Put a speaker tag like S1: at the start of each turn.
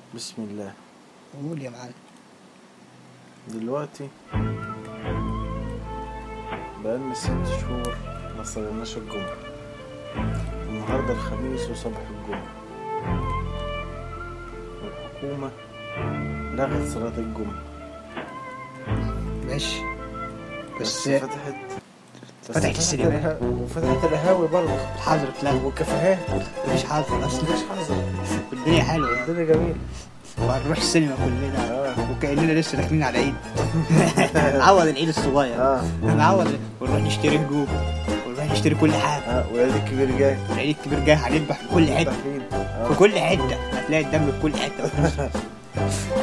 S1: بسم الله.
S2: قول يا معلم.
S1: دلوقتي بقالنا 6 شهور ما صليناش الجمعة. النهاردة الخميس وصبح الجمعة، والحكومة لغت صلاة الجمعة.
S2: ماشي بس
S1: فتحت
S2: السينما
S1: وفتحت القهاوي برضه
S2: حظرت. لا
S1: والكافيهات
S2: مفيش حظر اصلا،
S1: مفيش حظر.
S2: الدنيا حلوه،
S1: الدنيا جميلة.
S2: وهنروح السينما كلنا وكأننا لسه داخلين على عيد. نعوض العيد الصغير، هنعوض ونروح نشتري هدوم ونروح نشتري كل حاجه.
S1: والعيد الكبير جاي،
S2: العيد الكبير جاي، هنذبح في كل حته، في كل حته هتلاقي الدم في كل حته.